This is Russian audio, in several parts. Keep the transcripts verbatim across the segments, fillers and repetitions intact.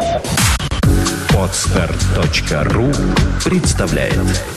Подстер точка ру представляет.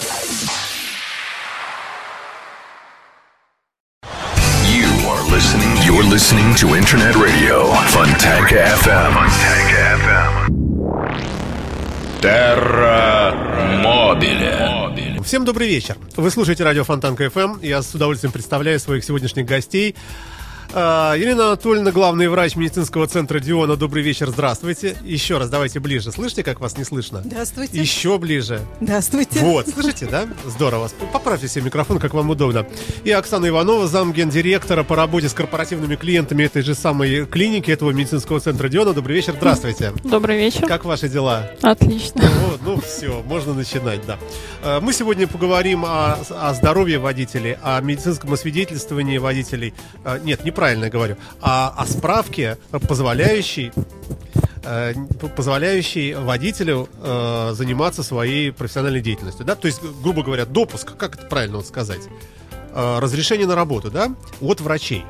You are listening, you're listening to Internet Radio Fontanka эф эм. Fontanka эф эм. Terra Mobile. Всем добрый вечер. Вы слушаете радио Фонтанка эф эм. Я с удовольствием представляю своих сегодняшних гостей. Елена Анатольевна, главный врач медицинского центра Диона. Добрый вечер, здравствуйте. Еще раз, давайте ближе. Слышите, как вас не слышно? Здравствуйте. Еще ближе. Здравствуйте. Вот, слышите, да? Здорово. Поправьте себе микрофон, как вам удобно. И Оксана Иванова, замгендиректора по работе с корпоративными клиентами этой же самой клиники, этого медицинского центра Диона. Добрый вечер, здравствуйте. Добрый вечер. Как ваши дела? Отлично. Ну, ну все, можно начинать, да. Мы сегодня поговорим о, о здоровье водителей, о медицинском освидетельствовании водителей. Нет, неправильно. Правильно говорю, а о справке, позволяющей, э, позволяющей водителю э, заниматься своей профессиональной деятельностью, да, то есть, грубо говоря, допуск, как это правильно вот сказать, э, разрешение на работу, да, от врачей.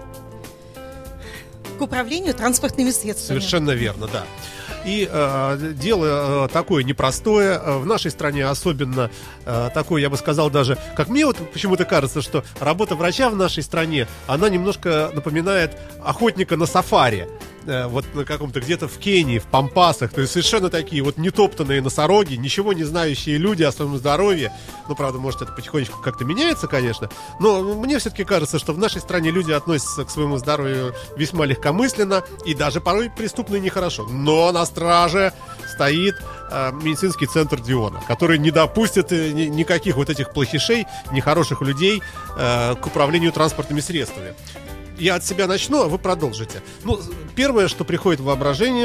К управлению транспортными средствами. Совершенно верно, да. И э, дело э, такое непростое, э, в нашей стране особенно э, такое, я бы сказал даже, как мне вот почему-то кажется, что работа врача в нашей стране, она немножко напоминает охотника на сафари, э, вот на каком-то где-то в Кении, в Пампасах, то есть совершенно такие вот нетоптанные носороги, ничего не знающие люди о своем здоровье. Ну, правда, может, это потихонечку как-то меняется, конечно, но мне все-таки кажется, что в нашей стране люди относятся к своему здоровью весьма легкомысленно и даже порой преступно и нехорошо, но на страже стоит э, медицинский центр Диона, который не допустит э, ни, никаких вот этих плохишей, нехороших людей э, к управлению транспортными средствами. Я от себя начну, а вы продолжите. Ну, первое, что приходит в воображение,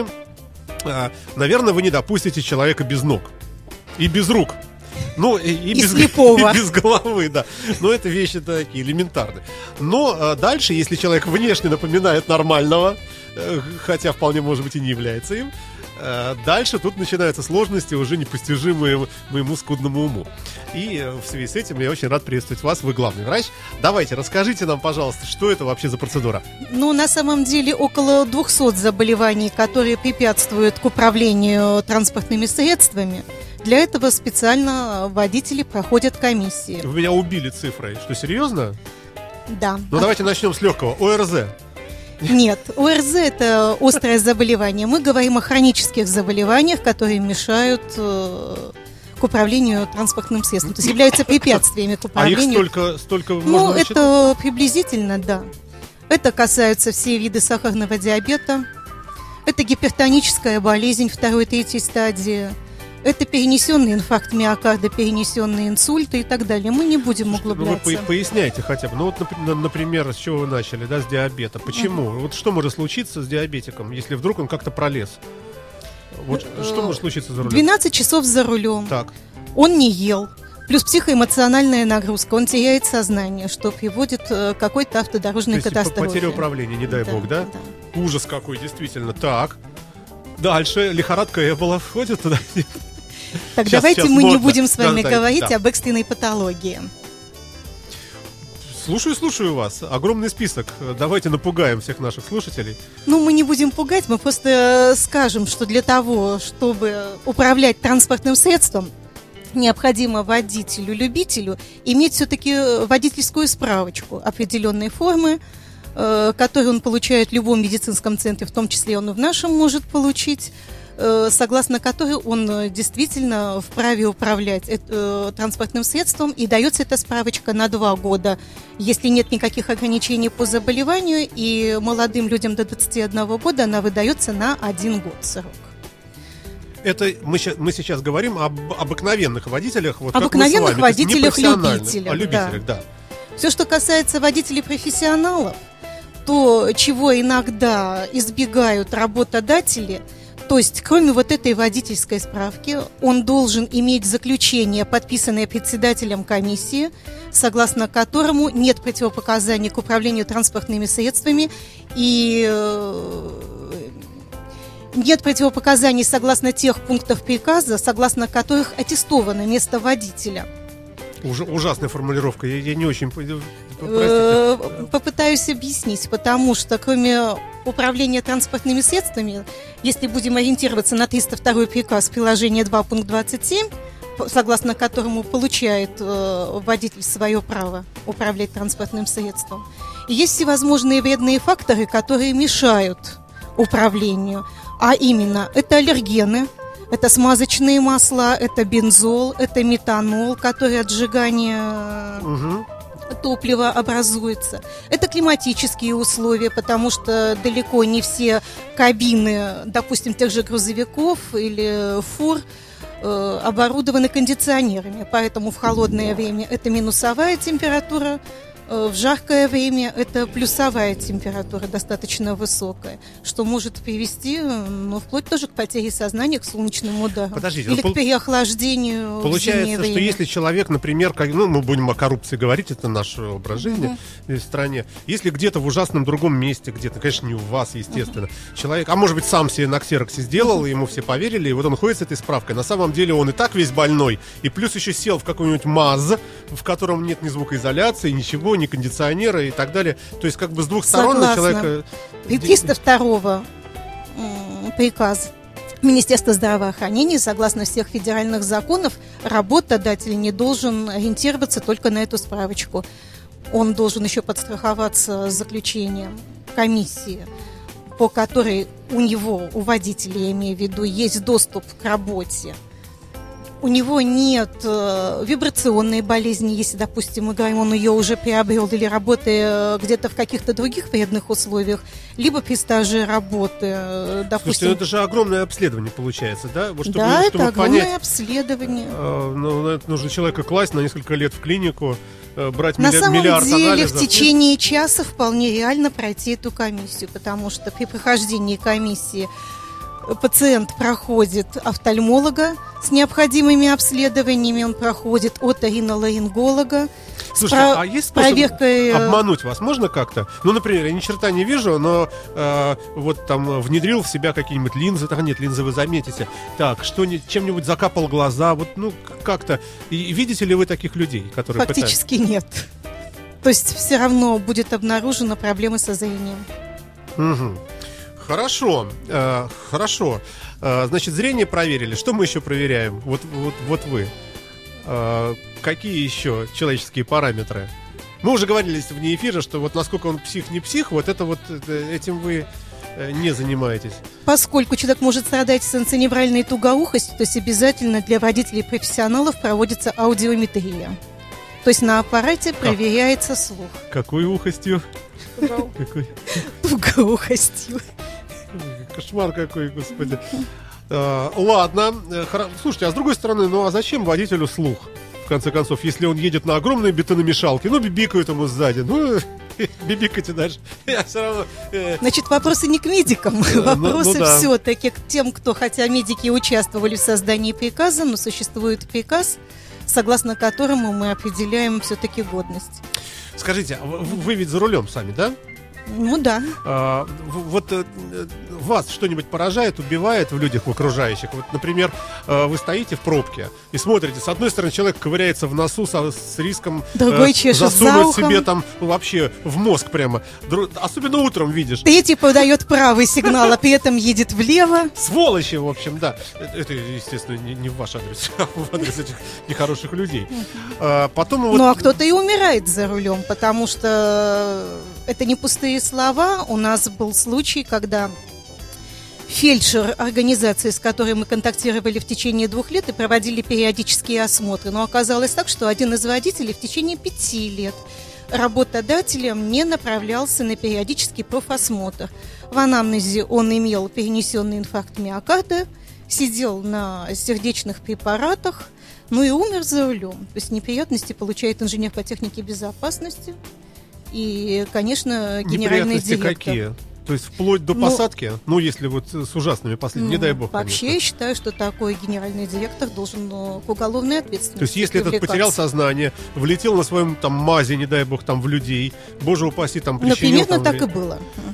э, наверное, вы не допустите человека без ног и без рук. Ну, и, и, и без, слепого. И без головы, да. Но это вещи такие элементарные. Но э, дальше, если человек внешне напоминает нормального, э, хотя вполне, может быть, и не является им, э, дальше тут начинаются сложности, уже непостижимые моему скудному уму. И э, в связи с этим я очень рад приветствовать вас, вы главный врач. Давайте, расскажите нам, пожалуйста, что это вообще за процедура? Ну, на самом деле, около двухсот заболеваний, которые препятствуют к управлению транспортными средствами. Для этого специально водители проходят комиссии. Вы меня убили цифрой. Что, серьезно? Да. Ну, давайте начнем с легкого. ОРЗ. Нет, ОРЗ – это острое заболевание. Мы говорим о хронических заболеваниях, которые мешают э, к управлению транспортным средством. То есть являются препятствиями к управлению. А их столько, столько можно Ну, насчитать? это приблизительно, да. Это касаются все виды сахарного диабета. Это гипертоническая болезнь второй и третьей стадии. Это перенесенный инфаркт миокарда, перенесенные инсульты и так далее. Мы не будем углубляться. Ну, вы поясняйте хотя бы. Ну, вот, например, с чего вы начали, да, с диабета. Почему? Uh-huh. Вот что может случиться с диабетиком, если вдруг он как-то пролез? Вот uh-huh. что может случиться за рулем? двенадцать часов за рулем. Так. Он не ел. Плюс психоэмоциональная нагрузка. Он теряет сознание, что приводит к какой-то автодорожной То есть катастрофе. Потеря управления, не дай да, бог, да? да? Ужас какой, действительно. Так. Дальше. Лихорадка Эбола входит туда? Так, сейчас, давайте сейчас, мы можно. не будем с вами да, говорить да. об экстренной патологии. Слушаю, слушаю вас. Огромный список. Давайте напугаем всех наших слушателей. Ну, мы не будем пугать, мы просто скажем, что для того, чтобы управлять транспортным средством, необходимо водителю-любителю иметь все-таки водительскую справочку определенной формы, э, которую он получает в любом медицинском центре, в том числе он и в нашем может получить, согласно которой он действительно вправе управлять э, транспортным средством, и дается эта справочка на два года, если нет никаких ограничений по заболеванию, и молодым людям до двадцати одного года она выдается на один год срок. Это мы, мы сейчас говорим об обыкновенных водителях, вот обыкновенных как мы с вами, водителях-любителях, о любителях, да. да. Все, что касается водителей-профессионалов, то, чего иногда избегают работодатели, то есть, кроме вот этой водительской справки, он должен иметь заключение, подписанное председателем комиссии, согласно которому нет противопоказаний к управлению транспортными средствами и нет противопоказаний согласно тех пунктов приказа, согласно которых аттестовано место водителя. Уж, ужасная формулировка, я, я не очень... Простите. Попытаюсь объяснить, потому что кроме управления транспортными средствами, если будем ориентироваться на триста второй приказ, приложение два, пункт двадцать семь, согласно которому получает э, водитель свое право управлять транспортным средством, и есть всевозможные вредные факторы, которые мешают управлению, а именно это аллергены, это смазочные масла, это бензол, это метанол, который от сжигания угу. топлива образуется. Это климатические условия, потому что далеко не все кабины, допустим, тех же грузовиков или фур, э, оборудованы кондиционерами. Поэтому в холодное время это минусовая температура, в жаркое время это плюсовая температура, достаточно высокая, что может привести, ну, вплоть тоже к потере сознания, к солнечным ударам. Подождите, или ну, к переохлаждению. Получается, что время. если человек, например, как, ну, мы будем о коррупции говорить, это наш образ жизни uh-huh. в стране, если где-то в ужасном другом месте, где-то, конечно, не у вас, естественно, uh-huh. человек, а может быть, сам себе на ксероксе сделал, uh-huh. и ему все поверили, и вот он ходит с этой справкой. На самом деле он и так весь больной, и плюс еще сел в какой-нибудь МАЗ, в котором нет ни звукоизоляции, ничего, ни кондиционера и так далее. То есть как бы с двух сторон на человека... триста второго приказа Министерства здравоохранения, согласно всех федеральных законов, работодатель не должен ориентироваться только на эту справочку. Он должен еще подстраховаться заключением комиссии, по которой у него, у водителя, я имею в виду, есть доступ к работе. У него нет э, вибрационной болезни, если, допустим, мы говорим, он ее уже приобрел, или работая где-то в каких-то других вредных условиях, либо при стаже работы, э, допустим... Слушайте, ну это же огромное обследование получается, да? Вот чтобы, да, чтобы это огромное понять, обследование. Э, ну, это нужно человека класть на несколько лет в клинику, э, брать на милли- самом миллиард деле, анализов. в течение часа вполне реально пройти эту комиссию, потому что при прохождении комиссии пациент проходит офтальмолога с необходимыми обследованиями, он проходит оториноларинголога. Слушайте, про- а есть способ проверкой... обмануть вас? Можно как-то? Ну, например, я ни черта не вижу, но э, вот там внедрил в себя какие-нибудь линзы. Так, нет, линзы вы заметите. Так, что чем-нибудь закапал глаза. Вот, ну, как-то. И видите ли вы таких людей, которые Фактически пытаются? Нет. То есть все равно будет обнаружена проблема со зрением. Угу. Хорошо, э, хорошо. Э, значит, зрение проверили. Что мы еще проверяем? Вот, вот, вот вы. Э, какие еще человеческие параметры? Мы уже говорили вне эфира, что вот насколько он псих, не псих, вот это вот этим вы э, не занимаетесь. Поскольку человек может страдать сенсоневральной тугоухостью, то есть обязательно для водителей и профессионалов проводится аудиометрия. То есть на аппарате проверяется как? Слух. Какой ухостью? Тугоухостью. Кошмар какой, господи. А, ладно, хор... слушайте, а с другой стороны, ну а зачем водителю слух? В конце концов, если он едет на огромной бетономешалке, ну бибикают ему сзади, ну бибикайте дальше. Я все равно... Э... Значит, вопросы не к медикам, вопросы ну, ну, да. все-таки к тем, кто, хотя медики участвовали в создании приказа, но существует приказ, согласно которому мы определяем все-таки годность. Скажите, вы ведь за рулем сами, да? Ну да. А, вот э, вас что-нибудь поражает, убивает в людях, в окружающих? Вот, например, э, вы стоите в пробке и смотрите, с одной стороны человек ковыряется в носу со, с риском Другой э, чешет засунуть за ухом. себе там вообще в мозг прямо. Дру... Особенно утром видишь. Третий подает правый сигнал, а при этом едет влево. Сволочи, в общем, да. Это, естественно, не, не в ваш адрес, а в адрес этих нехороших людей. А, потом вот... Ну а кто-то и умирает за рулем, потому что это не пустые слова. У нас был случай, когда фельдшер организации, с которой мы контактировали в течение двух лет и проводили периодические осмотры, но оказалось так, что один из водителей в течение пяти лет работодателем не направлялся на периодический профосмотр. В анамнезе он имел перенесенный инфаркт миокарда, сидел на сердечных препаратах, ну и умер за рулем. То есть неприятности получает инженер по технике безопасности и, конечно, генеральный директор. Какие? То есть вплоть до ну, посадки? Ну, если вот с ужасными последними, ну, не дай бог, вообще, конечно. Я считаю, что такой генеральный директор должен ну, к уголовной ответственности. То есть, если этот потерял сознание, влетел на своем там мазе, не дай бог, там в людей, боже упаси, там причинил... Ну, примерно там, так и было.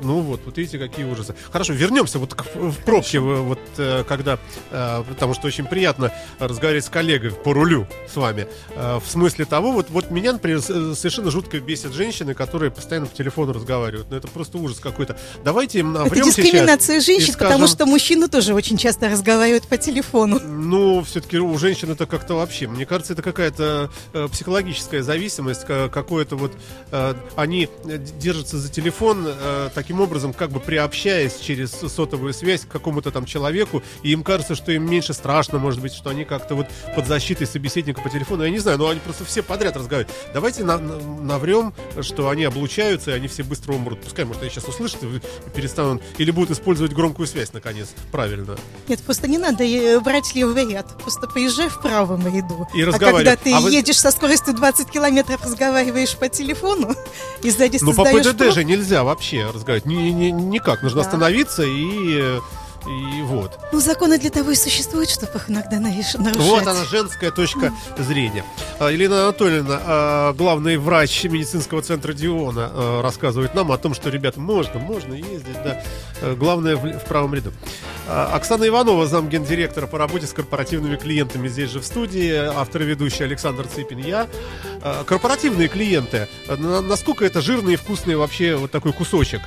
Ну вот, вот видите, какие ужасы. Хорошо, вернемся вот к, в пробке, вот когда, потому что очень приятно разговаривать с коллегой по рулю с вами. В смысле того, вот, вот меня, например, совершенно жутко бесят женщины, которые постоянно по телефону разговаривают. Ну это просто ужас какой-то. Давайте им наврем сейчас. Это дискриминация женщин, скажем, потому что мужчины тоже очень часто разговаривают по телефону. Ну, все-таки у женщин это как-то вообще, мне кажется, это какая-то э, психологическая зависимость, какое-то вот, э, они держатся за телефон э, таким образом, как бы приобщаясь через сотовую связь к какому-то там человеку, и им кажется, что им меньше страшно, может быть, что они как-то вот под защитой собеседника по телефону, я не знаю, но они просто все подряд разговаривают. Давайте на, на, наврем, что они облучаются, и они все быстро умрут. Пускай, может, они сейчас услышат и перестанут, или будут использовать громкую связь, наконец, правильно. Нет, просто не надо брать левый ряд, просто поезжай в правом ряду. И а когда ты а вы... едешь со скоростью двадцать километров, разговариваешь по телефону, и сзади ну, создаешь... Ну, по ПДД же нельзя вообще разговаривать, ни, ни, никак, нужно да. остановиться и... И вот. Ну, законы для того и существуют, чтобы их иногда нарушать. Вот она, женская точка зрения. Елена Анатольевна, главный врач медицинского центра Диона, рассказывает нам о том, что, ребята, можно, можно ездить, да. Главное в, в правом ряду. Оксана Иванова, замгендиректора по работе с корпоративными клиентами, здесь же в студии. Автор и ведущий Александр Цыпин, я. Корпоративные клиенты, насколько это жирный и вкусный вообще вот такой кусочек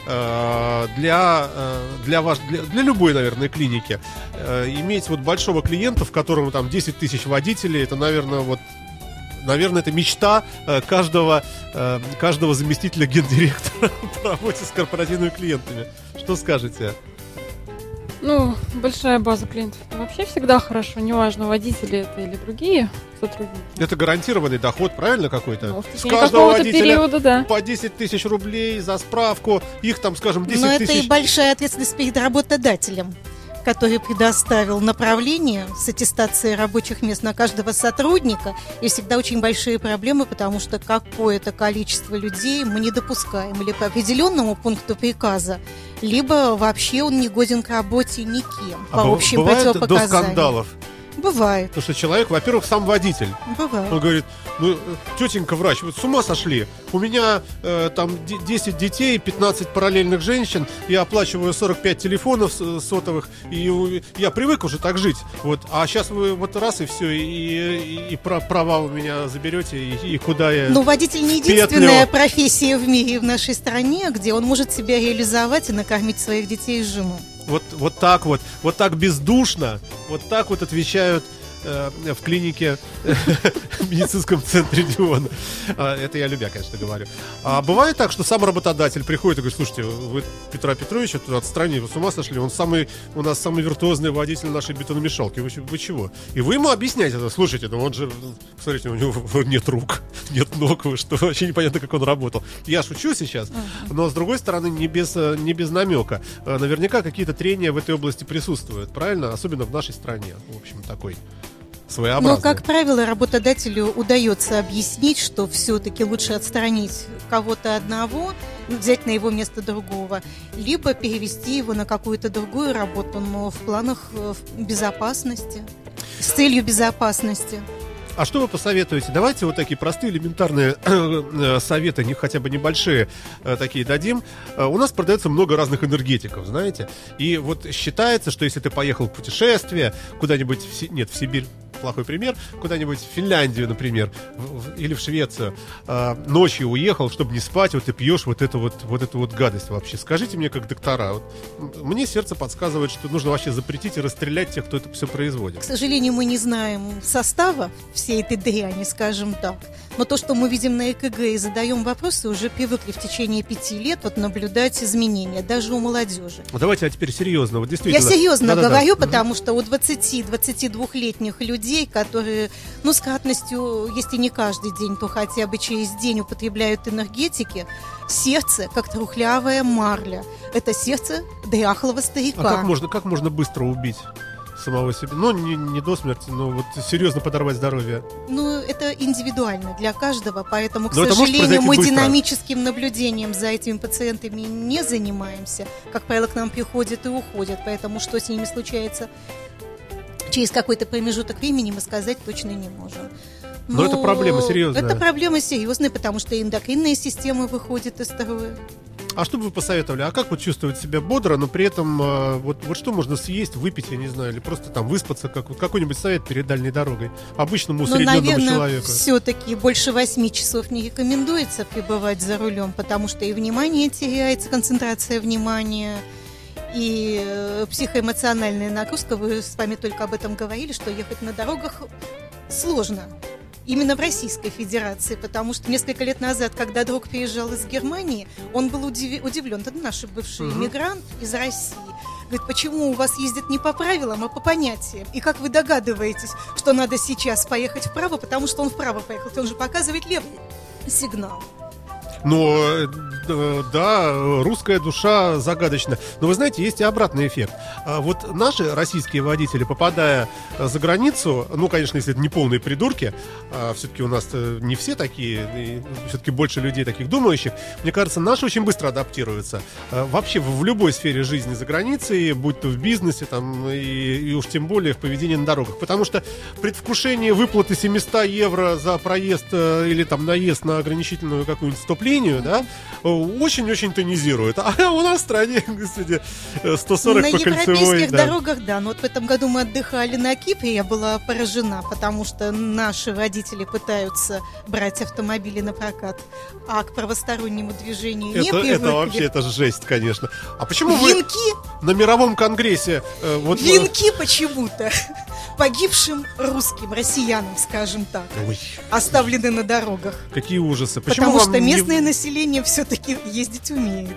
для, для, ваш, для, для любой, наверное, клиники. Иметь вот большого клиента, в котором там десять тысяч водителей, это, наверное, вот наверное, это мечта каждого, каждого заместителя гендиректора по работе с корпоративными клиентами. Что скажете? Ну, большая база клиентов это вообще всегда хорошо, неважно, водители это или другие сотрудники. Это гарантированный доход, правильно, какой-то? Ну, с каждого водителя периода, да. По десять тысяч рублей за справку, их там, скажем, десять тысяч. Но это и большая ответственность перед работодателем, который предоставил направление с аттестацией рабочих мест на каждого сотрудника. И всегда очень большие проблемы, потому что какое-то количество людей мы не допускаем или по определенному пункту приказа, либо вообще он не годен к работе никем, а по общим бывает противопоказаниям. До скандалов? Бывает. Потому что человек, во-первых, сам водитель. Бывает. Он говорит, ну, тетенька врач, вот с ума сошли. У меня э, там десять детей, пятнадцать параллельных женщин, я оплачиваю сорок пять телефонов сотовых, и я привык уже так жить. Вот. А сейчас вы вот раз и все, и, и, и права у меня заберете, и, и куда я... Ну, водитель не единственная профессия в мире, в нашей стране, где он может себя реализовать и накормить своих детей и жену. Вот, вот так вот, вот так бездушно, вот так вот отвечают э, в клинике в медицинском центре Диона. Это я любя, конечно, говорю. А бывает так, что сам работодатель приходит и говорит, слушайте, вы Петра Петровича тут отстранили, вы с ума сошли, он самый, у нас самый виртуозный водитель нашей бетономешалки, вы, вы чего? И вы ему объясняете это, слушайте, ну он же, посмотрите, у него нет рук, нет ног, вы что, вообще непонятно, как он работал. Я шучу сейчас, но с другой стороны, не без, не без намека. Наверняка какие-то трения в этой области присутствуют, правильно? Особенно в нашей стране, в общем, такой своеобразный. Но, как правило, работодателю удается объяснить, что все-таки лучше отстранить кого-то одного, взять на его место другого, либо перевести его на какую-то другую работу, но в планах безопасности, с целью безопасности. А что вы посоветуете? Давайте вот такие простые, элементарные советы, не, хотя бы небольшие такие дадим. У нас продается много разных энергетиков, знаете. И вот считается, что если ты поехал в путешествие куда-нибудь, в, нет, в Сибирь, плохой пример, куда-нибудь в Финляндию, например, в, в, или в Швецию, э, ночью уехал, чтобы не спать, вот ты пьешь вот эту вот, вот эту вот гадость вообще. Скажите мне, как доктора, вот, мне сердце подсказывает, что нужно вообще запретить и расстрелять тех, кто это все производит. К сожалению, мы не знаем состава всей этой дряни, скажем так. Но то, что мы видим на ЭКГ и задаем вопросы, уже привыкли в течение пяти лет вот наблюдать изменения, даже у молодежи. Давайте, а теперь серьезно, вот действительно. Я серьезно Да-да-да. говорю, потому что у двадцати-двадцатидвухлетних людей, которые, ну, с кратностью, если не каждый день, то хотя бы через день употребляют энергетики, сердце, как трухлявая марля. Это сердце дряхлого старика. А как можно, как можно быстро убить самого себя? Ну, не, не до смерти, но вот серьезно подорвать здоровье. Ну, это индивидуально для каждого, поэтому, к но сожалению, мы быстро. Динамическим наблюдением за этими пациентами не занимаемся. Как правило, к нам приходят и уходят, поэтому что с ними случается через какой-то промежуток времени, мы сказать точно не можем. Но, но это проблема серьезная. Это проблема серьезная, потому что эндокринная система выходит из строя. А что бы вы посоветовали? А как вот чувствовать себя бодро, но при этом э, вот, вот что можно съесть, выпить, я не знаю, или просто там выспаться, как, вот какой-нибудь совет перед дальней дорогой обычному Ну, усредненному наверное, человеку? все-таки больше восьми часов не рекомендуется пребывать за рулем, потому что и внимание теряется, концентрация внимания, и э, психоэмоциональная нагрузка. Вы с вами только об этом говорили, что ехать на дорогах сложно. Именно в Российской Федерации, потому что несколько лет назад, когда друг переезжал из Германии, он был удив... удивлен. Это наш бывший Мгм. иммигрант из России. Говорит, почему у вас ездят не по правилам, а по понятиям? И как вы догадываетесь, что надо сейчас поехать вправо, потому что он вправо поехал, он же показывает левый сигнал. Но, э, да, русская душа загадочна. Но вы знаете, есть и обратный эффект. А вот наши российские водители, попадая за границу, ну, конечно, если это не полные придурки, а все-таки у нас не все такие, все-таки больше людей таких думающих, мне кажется, наши очень быстро адаптируются. А вообще в любой сфере жизни за границей, будь то в бизнесе, там, и, и уж тем более в поведении на дорогах. Потому что предвкушение выплаты семьсот евро за проезд э, или там наезд на ограничительную какую-нибудь стоп-линию, да, очень-очень тонизирует. А у нас в стране, господи, сто сорок на по кольцевой. европейских Да. дорогах, да. Но вот в этом году мы отдыхали на Кипре, я была поражена, потому что наши водители пытаются брать автомобили на прокат, а к правостороннему движению не Это, привыкли. это вообще, это жесть, конечно. А почему вы Венки, на мировом конгрессе э, вот, венки почему-то погибшим русским, россиянам, скажем так, Ой, оставлены на дорогах. какие ужасы. Почему Потому вам что не- местное население все-таки ездить умеет.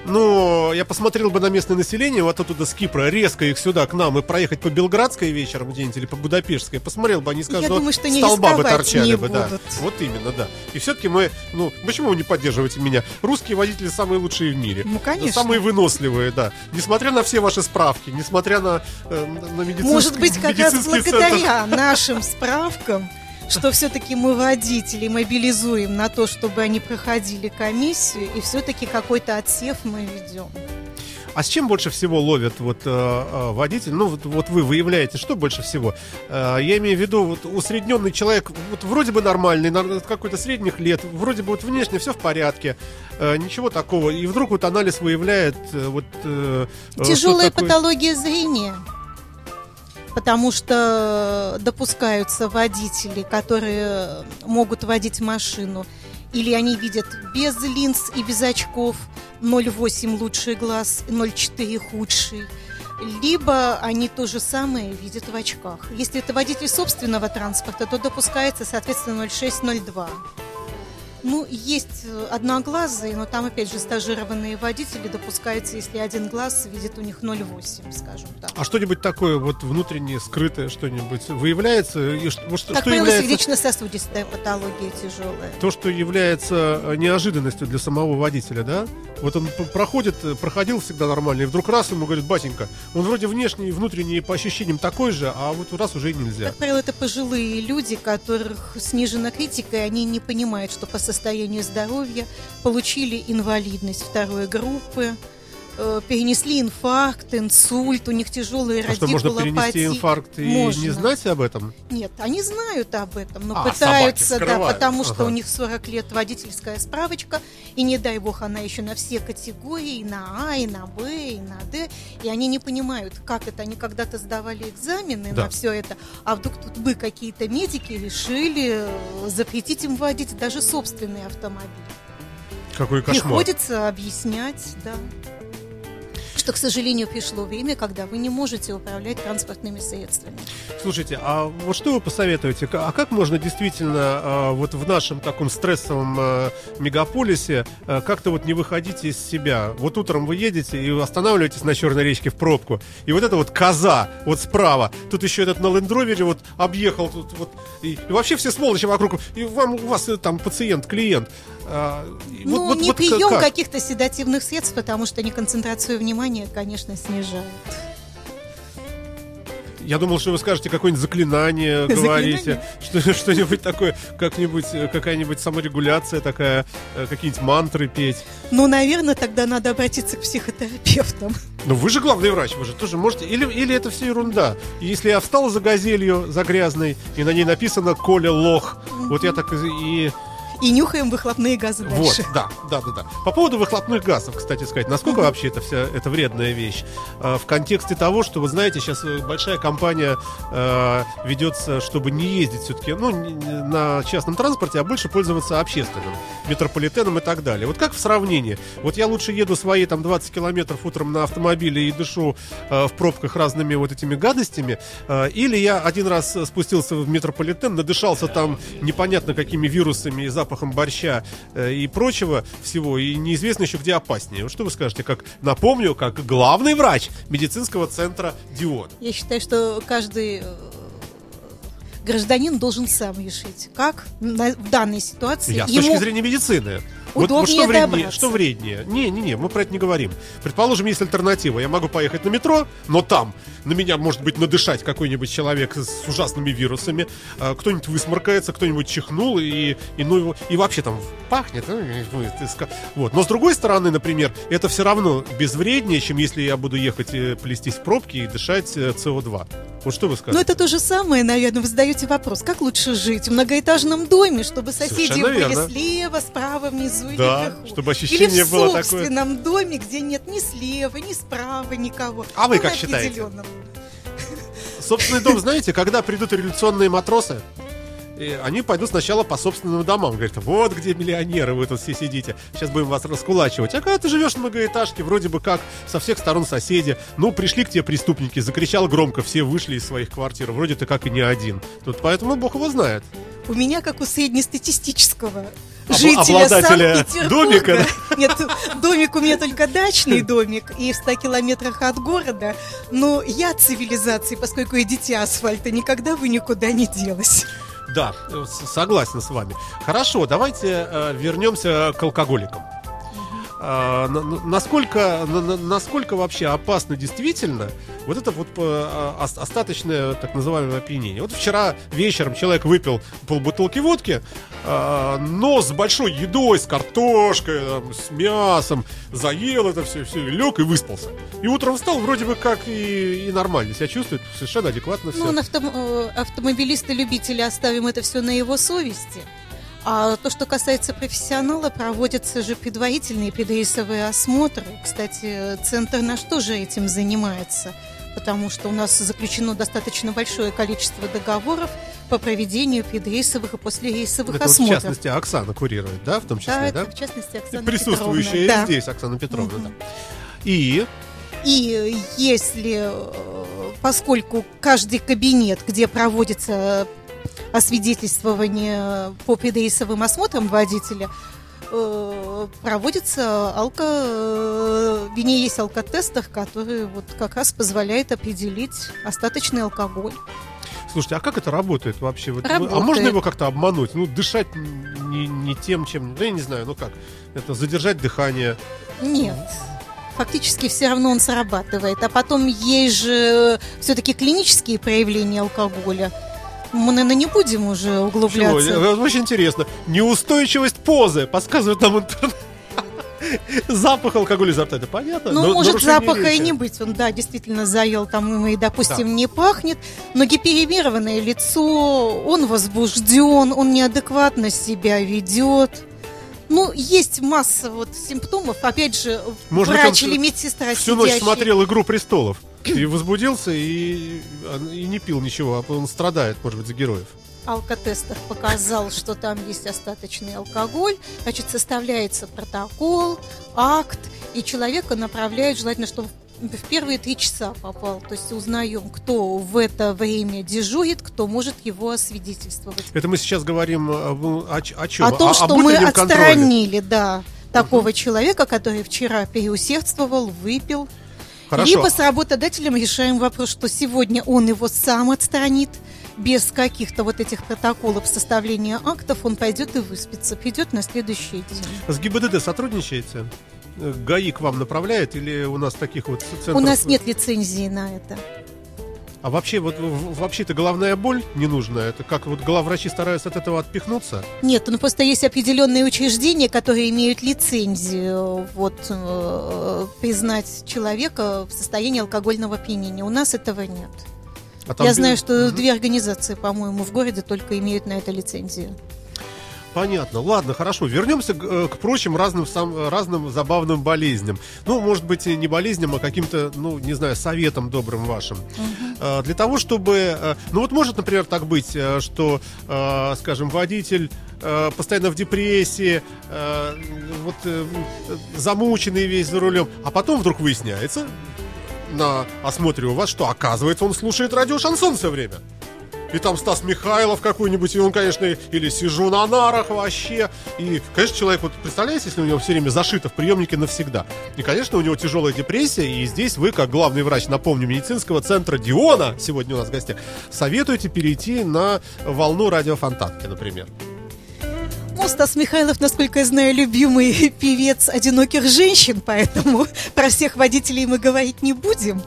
Ну, я посмотрел бы на местное население вот оттуда с Кипра, резко их сюда, к нам, и проехать по Белградской вечером где-нибудь или по Будапештской. Посмотрел бы, они скажут, Я ну, думаю, что не столба бы рисковать торчали не бы, да. будут. Вот именно, да. И все-таки мы, ну, почему вы не поддерживаете меня? Русские водители самые лучшие в мире. Ну, конечно. Самые выносливые, да. Несмотря на все ваши справки, несмотря на, э, на медицинский Может быть, как раз медицинский центр. благодаря нашим справкам, что все-таки мы водителей мобилизуем на то, чтобы они проходили комиссию, и все-таки какой-то отсев мы ведем. А с чем больше всего ловят вот э, э, водитель? Ну, вот, вот вы выявляете, что больше всего? Э, я имею в виду, вот усредненный человек, вот вроде бы нормальный, нар- какой-то средних лет, вроде бы вот внешне все в порядке, э, ничего такого. И вдруг вот анализ выявляет э, вот... э, э, Тяжелая что такое- патология зрения. Потому что допускаются водители, которые могут водить машину, или они видят без линз и без очков, ноль целых восемь лучший глаз, ноль целых четыре худший. Либо они то же самое видят в очках. Если это водитель собственного транспорта, то допускается, соответственно, ноль целых шесть, ноль целых два. Ну, есть одноглазые, но там, опять же, стажированные водители допускаются, если один глаз видит у них ноль целых восемь, скажем так. А что-нибудь такое вот внутреннее, скрытое что-нибудь выявляется? И что, вот что, Как что правило, является... сердечно-сосудистая патология тяжелая. То, что является э, неожиданностью для самого водителя, да? Вот он п- проходит, э, проходил всегда нормально, и вдруг раз ему говорит: батенька, он вроде внешне и внутренне по ощущениям такой же, а вот раз уже и нельзя. Как правило, это пожилые люди, которых снижена критика, и они не понимают, что по состоянию здоровья получили инвалидность второй группы, э, перенесли инфаркт, инсульт, у них тяжелые А что, можно перенести радикулопатии. инфаркт и Можно. не знать об этом? Нет, они знают об этом, но А, пытаются, собаки да, скрывают. потому что Ага. у них сорок лет водительская справочка, и не дай бог она еще на все категории, и на А, и на Б, и на Д, и они не понимают, как это, они когда-то сдавали экзамены Да. на все это, а вдруг тут бы какие-то медики решили э, запретить им водить даже собственный автомобиль. Какой кошмар. Приходится объяснять, да, что, к сожалению, пришло время, когда вы не можете управлять транспортными средствами. Слушайте, а вот что вы посоветуете? К- А как можно действительно а, вот в нашем таком стрессовом а, мегаполисе а, как-то вот не выходить из себя? Вот утром вы едете и останавливаетесь на Черной речке в пробку, и вот эта вот коза вот справа, тут еще этот на лендровере вот объехал, тут вот, и, и вообще все сволочи вокруг, и вам, у вас э, там пациент, клиент. А, и Ну, вот- вот- не вот прием как? каких-то седативных средств, потому что они концентрацию внимания, конечно, снижают. Я думал, что вы скажете какое-нибудь заклинание, говорите, что, что-нибудь такое, как-нибудь, э, какая-нибудь саморегуляция такая, э, какие-нибудь мантры петь. Ну, наверное, тогда надо обратиться к психотерапевтам. Но вы же главный врач, вы же тоже можете. Или, или это все ерунда. Если я встал за газелью, за грязной, и на ней написано «Коля лох», вот я так и... и- и нюхаем выхлопные газы дальше. Вот, да, да, да, да. По поводу выхлопных газов, кстати сказать, насколько вообще это вся это вредная вещь? А, в контексте того, что, вы знаете, сейчас большая компания а, ведется, чтобы не ездить все-таки, ну, не- не на частном транспорте, а больше пользоваться общественным, метрополитеном и так далее. Вот как в сравнении? Вот я лучше еду свои там двадцать километров утром на автомобиле и дышу а, в пробках разными вот этими гадостями, а, или я один раз спустился в метрополитен, надышался там непонятно какими вирусами и запахом борща э, и прочего всего, и неизвестно еще где опаснее. Вот что вы скажете, как, напомню, как главный врач медицинского центра «Дион». Я считаю, что каждый э, гражданин должен сам решить, как на- в данной ситуации Я с ему... точки зрения медицины. Вот, вот удобнее что вреднее? добраться. Что вреднее? Не-не-не, мы про это не говорим. Предположим, есть альтернатива. Я могу поехать на метро, но там на меня может быть надышать какой-нибудь человек с ужасными вирусами, а, кто-нибудь высморкается, кто-нибудь чихнул, и, и, ну, его- и вообще там пахнет. ну, ну, это ска- Вот. Но с другой стороны, например, это все равно безвреднее, чем если я буду ехать, э, плестись в пробки и дышать э, си о два. Вот что вы скажете? Но это то же самое, наверное, вы задаете вопрос, как лучше жить в многоэтажном доме, чтобы соседи Совершенно были верно. слева, справа, внизу или Да, вверху. чтобы ощущение Или в было такое. собственном доме, где нет ни слева, ни справа никого. А вы Ну, как на считаете? определенном. Собственный дом, знаете, когда придут революционные матросы, и они пойдут сначала по собственным домам. Говорят, вот где миллионеры, вы тут все сидите. Сейчас будем вас раскулачивать. А когда ты живешь в многоэтажке, вроде бы как со всех сторон соседи. Ну, пришли к тебе преступники, закричал громко, все вышли из своих квартир. Вроде ты как и не один. Тут поэтому бог его знает. У меня, как у среднестатистического Об- жителя обладателя Санкт-Петербурга. домика, Нет, домик у меня только дачный домик и в ста километрах от города. Но я от цивилизации, поскольку я дитя асфальта, никогда бы никуда не делась. Да, э, с- согласен с вами. Хорошо, давайте э, вернемся к алкоголикам. А, на- на- насколько, на- на- насколько вообще опасно действительно вот это вот э, ос- остаточное так называемое опьянение? Вот вчера вечером человек выпил полбутылки водки, а, но с большой едой, с картошкой, там, с мясом, заел это все, все, лег и выспался. И утром встал, вроде бы как и, и нормально себя чувствует, совершенно адекватно все. Ну, на автом- э, автомобилисты-любители, оставим это все на его совести. А то, что касается профессионала, проводятся же предварительные предрейсовые осмотры. Кстати, центр наш тоже этим занимается, потому что у нас заключено достаточно большое количество договоров по проведению предрейсовых и послерейсовых Это вот, в осмотров. частности, Оксана курирует, да, в том числе, Да, да? это, в частности, Оксана Присутствующая Петровна. Да. здесь Оксана Петровна, Мгм. да. И И если, э, поскольку каждый кабинет, где проводится освидетельствование по предрейсовым осмотрам водителя, э, проводится алко... э, вернее, есть алкотестер, который вот как раз позволяет определить остаточный алкоголь. слушайте, а как это работает вообще? Вот, Работает. А можно его как-то обмануть? Ну, дышать не, не тем, чем... Да я не знаю, ну как? Это задержать дыхание. Нет. Фактически все равно он срабатывает. А потом есть же все-таки клинические проявления алкоголя. Мы, наверное, не будем уже Чего? углубляться. Э, Очень интересно. Неустойчивость позы. Подсказывает нам интернет. Запах алкоголя изо рта, это понятно? Ну, Но- может, нарушение запаха и речи. не быть. Он, да, действительно заел там и, допустим, Да. не пахнет. Но гиперемированное лицо, он возбужден, он неадекватно себя ведет. Ну, есть масса вот симптомов. Опять же, Может быть, врач он или медсестра Всю ночь сидящий- смотрел «Игру престолов» и возбудился, и, и не пил ничего. а Он страдает, может быть, за героев. Алкотестер показал, что там есть остаточный алкоголь, значит, составляется протокол, акт, и человека направляют, желательно, чтобы в первые три часа попал. То есть узнаем, кто в это время дежурит, кто может его освидетельствовать. Это мы сейчас говорим о, о, о чем? О том, что об мы утреннем контроле. отстранили, да, такого человека, который вчера переусердствовал, выпил. Хорошо. Либо с работодателем решаем вопрос, что сегодня он его сам отстранит, без каких-то вот этих протоколов составления актов, он пойдет и выспится, придет на следующий день. С ГИБДД сотрудничаете? ГАИ к вам направляет или у нас таких вот центров? У нас нет лицензии на это. А вообще, вот в- вообще-то головная боль ненужная. Это как вот главврачи стараются от этого отпихнуться? Нет, ну просто есть определенные учреждения, которые имеют лицензию вот, э, признать человека в состоянии алкогольного опьянения. У нас этого нет. А там Я без- знаю, что Мгм. две организации, по-моему, в городе только имеют на это лицензию. Понятно. Ладно, хорошо. Вернемся к, к прочим разным, сам, разным забавным болезням. Ну, может быть, не болезням, а каким-то, ну, не знаю, советом добрым вашим. Uh-huh. А, для того, чтобы... А, ну, вот может, например, так быть, а, что, а, скажем, водитель а, постоянно в депрессии, а, вот, а, замученный весь за рулем, а потом вдруг выясняется на осмотре у вас, что, оказывается, он слушает радио «Шансон» все время. И там Стас Михайлов какой-нибудь, и он, конечно, или «Сижу на нарах» вообще. И, конечно, человек, вот представляете, если у него все время зашито в приемнике навсегда. И, конечно, у него тяжелая депрессия. И здесь вы, как главный врач, напомню, медицинского центра «Диона», сегодня у нас в гостях, советуете перейти на волну радиофонтанки, например. Ну, Стас Михайлов, насколько я знаю, любимый певец одиноких женщин, поэтому про всех водителей мы говорить не будем.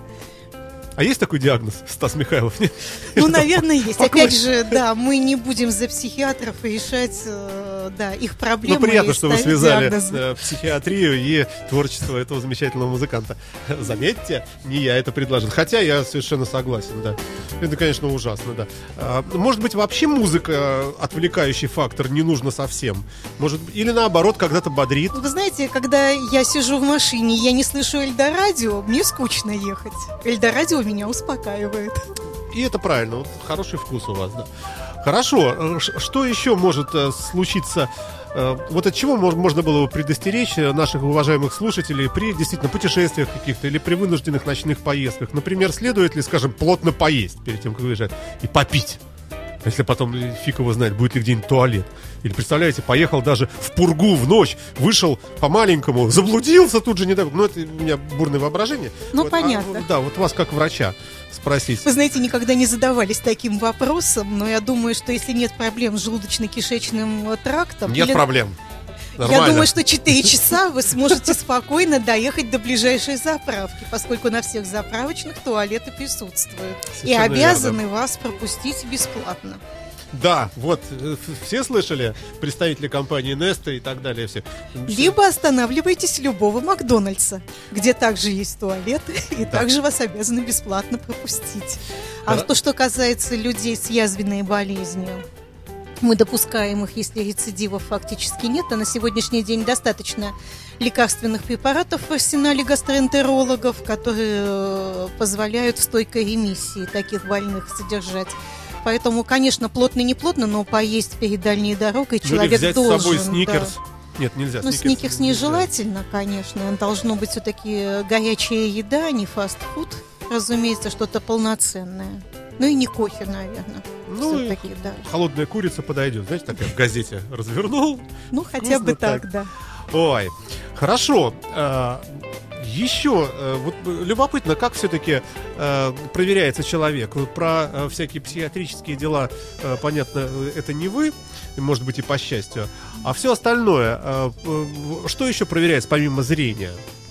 А есть такой диагноз, Стас Михайлов? Нет? Ну, наверное, есть. Опять же, да, мы не будем за психиатров решать, э, да, их проблемы. Ну, приятно, что вы связали диагнозы. Психиатрию и творчество этого замечательного музыканта. Заметьте, не я это предложил. Хотя я совершенно согласен, да. Это, конечно, ужасно, да. А, может быть, вообще музыка, отвлекающий фактор, не нужно совсем? Может, или наоборот, когда-то бодрит? Вы знаете, когда я сижу в машине, я не слышу Эльдорадио, мне скучно ехать. Эльдорадио меня успокаивает. И это правильно, вот хороший вкус у вас, да. Хорошо, что еще может случиться? Вот от чего можно было бы предостеречь наших уважаемых слушателей при действительно путешествиях каких-то или при вынужденных ночных поездках? Например, следует ли, скажем, плотно поесть перед тем, как выезжать, и попить? Если потом фиг его знает, будет ли где-нибудь туалет. Или, представляете, поехал даже в пургу в ночь, вышел по-маленькому, заблудился тут же, не так. Ну, это у меня бурное воображение. Ну, вот, понятно. А, да, вот вас как врача спросить. Вы знаете, никогда не задавались таким вопросом, но я думаю, что если нет проблем с желудочно-кишечным трактом... Нет или... проблем. Нормально. Я думаю, что четыре часа вы сможете спокойно доехать до ближайшей заправки, поскольку на всех заправочных туалеты присутствуют. Совершенно и обязаны верно. Вас пропустить бесплатно. Да, вот, все слышали, представители компании Неста и так далее. Все. Либо останавливайтесь любого Макдональдса, где также есть туалеты, и да. также вас обязаны бесплатно пропустить. А да. то, что касается людей с язвенной болезнью, мы допускаем их, если рецидивов фактически нет, а на сегодняшний день достаточно лекарственных препаратов в арсенале гастроэнтерологов, которые позволяют в стойкой ремиссии таких больных содержать. Поэтому, конечно, плотно не плотно, но поесть перед дальней дорогой ну, человек взять должен. С собой сникерс. Да. Нет, нельзя. Ну, сникерс нежелательно, конечно. Должно быть все-таки горячая еда, не фастфуд, разумеется, что-то полноценное. Ну и не кофе, наверное. Ну, все-таки, да. Холодная курица подойдет, знаете, такая в газете развернул. Ну, хотя бы так, так, да. Ой, хорошо. Еще вот любопытно, как все-таки э, проверяется человек. Вот про э, всякие психиатрические дела, э, понятно, это не вы, может быть, и по счастью. А все остальное, э, э, что еще проверяется помимо зрения?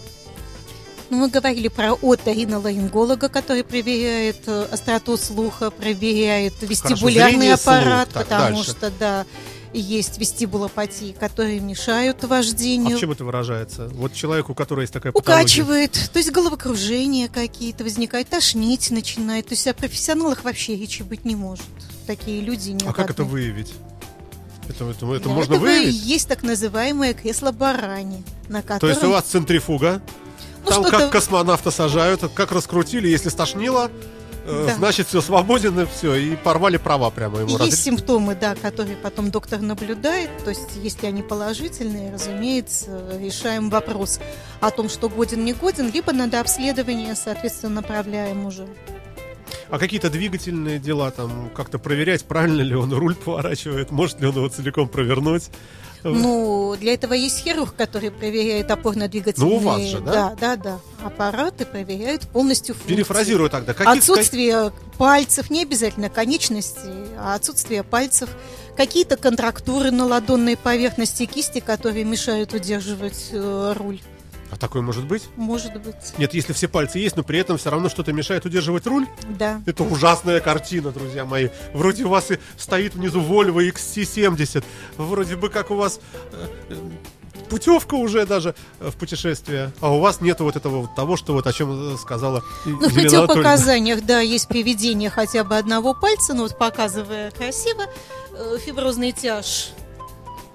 Ну, мы говорили про оториноларинголога, который проверяет остроту слуха, проверяет вестибулярный Хорошо, зрение, аппарат, слух. Потому так, что, да, есть вестибулопатии, которые мешают вождению. А в чем это выражается? Вот человеку, у которого есть такая патология. Укачивает, то есть головокружение какие-то возникает, тошнить начинает. То есть о профессионалах вообще речи быть не может. Такие люди не А как это выявить? Это, это, это Для можно этого выявить? Есть так называемое кресло Барани, на котором... То есть у вас центрифуга? Ну, там как космонавта сажают, как раскрутили, если стошнило, э, да. значит все свободен и все, и порвали права прямо ему. Есть разрез... симптомы, да, которые потом доктор наблюдает, то есть если они положительные, разумеется, решаем вопрос о том, что годен, не годен, либо надо обследование, соответственно, направляем уже. А какие-то двигательные дела, там, как-то проверять, правильно ли он руль поворачивает, может ли он его целиком провернуть? Ну, для этого есть хирург, который проверяет опорно-двигательные... Ну, у вас же, да? Да, да, да. Аппараты проверяют полностью функции. Перефразирую тогда. Какие... Отсутствие пальцев, не обязательно конечностей, а отсутствие пальцев. Какие-то контрактуры на ладонной поверхности кисти, которые мешают удерживать э, руль. А такое может быть? Может быть. Нет, если все пальцы есть, но при этом все равно что-то мешает удерживать руль? Да. Это ужасная картина, друзья мои. Вроде у вас и стоит внизу Volvo икс си семьдесят. Вроде бы как у вас э, путевка уже даже в путешествие. А у вас нету вот этого вот того, что вот о чем сказала Ну, Елена в противопоказаниях, да, есть приведение хотя бы одного пальца, но вот показывая красиво, э, фиброзный тяж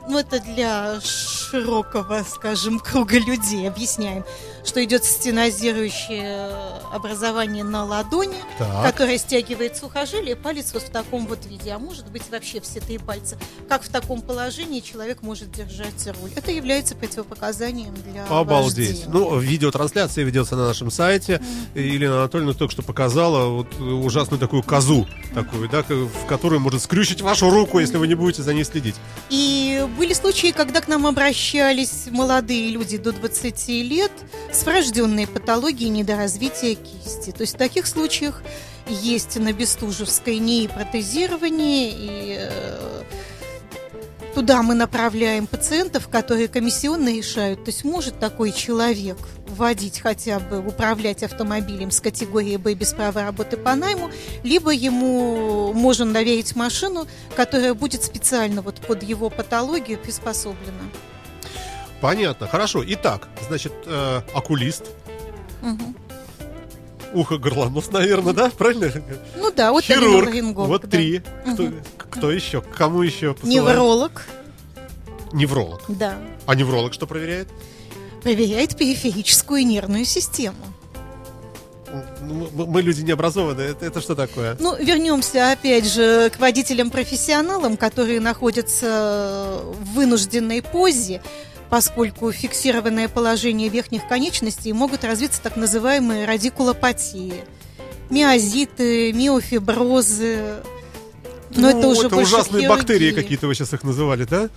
ну, это для широкого, скажем, круга людей, объясняем, что идет стенозирующее образование на ладони, Так. которое стягивает сухожилие, палец вот в таком вот виде, а может быть вообще все три пальца. Как в таком положении человек может держать руль? Это является противопоказанием для Обалдеть. вождения. Ну, видеотрансляция ведется на нашем сайте. Елена Анатольевна только что показала вот ужасную такую козу, такую, да, в которую может скрючить вашу руку, если вы не будете за ней следить. И были случаи, когда к нам обращались молодые люди до двадцати лет с врожденной патологией недоразвития кисти. То есть в таких случаях есть на Бестужевской НИИ протезирование, и э, туда мы направляем пациентов, которые комиссионно решают, то есть может такой человек водить хотя бы, управлять автомобилем с категорией Б без права работы по найму, либо ему можно доверить машину, которая будет специально вот под его патологию приспособлена. Понятно, хорошо. Итак, значит, э, окулист, Угу. ухо-горлонос, наверное, да? Правильно? Ну да, вот Хирург, отоларинголог, вот да. три. Кто, Мгм. кто еще? К кому еще посылаем? Невролог, Невролог. да, А невролог что проверяет? проверяет периферическую нервную систему. Ну, Мы, мы люди необразованные. Это, это что такое? Ну, вернемся опять же к водителям-профессионалам, которые находятся в вынужденной позе, поскольку фиксированное положение верхних конечностей могут развиться так называемые радикулопатии, миозиты, миофиброзы. Но Ну, это уже больше ужасные хирургия, бактерии какие-то вы сейчас их называли, да?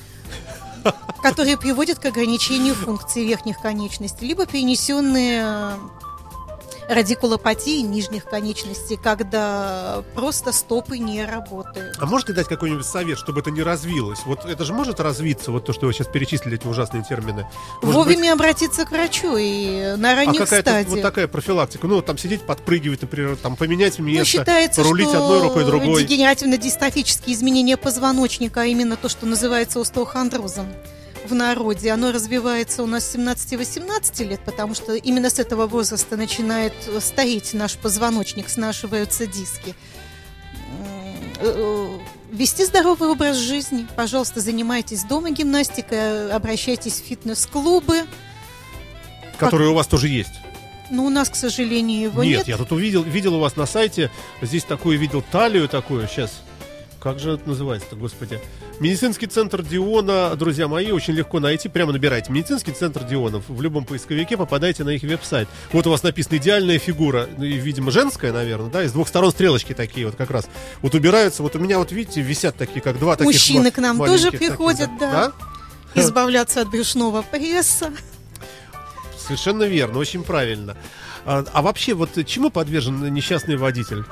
которые приводят к ограничению функций верхних конечностей, либо перенесенные радикулопатии нижних конечностей, когда просто стопы не работают. А можете дать какой-нибудь совет, чтобы это не развилось? Вот это же может развиться, вот то, что вы сейчас перечислили, эти ужасные термины. Может Вовремя быть, обратиться к врачу и на а ранних какая-то стадиях. вот такая профилактика? Ну, там сидеть, подпрыгивать, например, там поменять Ну, место, считается, порулить что одной рукой, другой. дегенеративно-дистрофические изменения позвоночника, а именно то, что называется остеохондрозом в народе, оно развивается у нас с семнадцати-восемнадцати лет, потому что именно с этого возраста начинает стареть наш позвоночник, снашиваются диски. Вести здоровый образ жизни. Пожалуйста, занимайтесь дома гимнастикой, обращайтесь в фитнес-клубы. Которые у вас тоже есть. Но у нас, к сожалению, его нет. Нет, я тут увидел, видел у вас на сайте, здесь такую видел талию такую, сейчас, как же это называется-то, господи. Медицинский центр Диона, друзья мои, очень легко найти, прямо набирайте медицинский центр Дионов, в любом поисковике попадайте на их веб-сайт. Вот у вас написано идеальная фигура, ну, и, видимо, женская, наверное, да, из двух сторон стрелочки такие вот как раз. Вот убираются, вот у меня вот, видите, висят такие, как два таких Мужчины ма- к нам маленьких тоже таких, приходят, да. да? Избавляться от брюшного пресса. Совершенно верно, очень правильно. А, а вообще, вот чему подвержен несчастный водитель?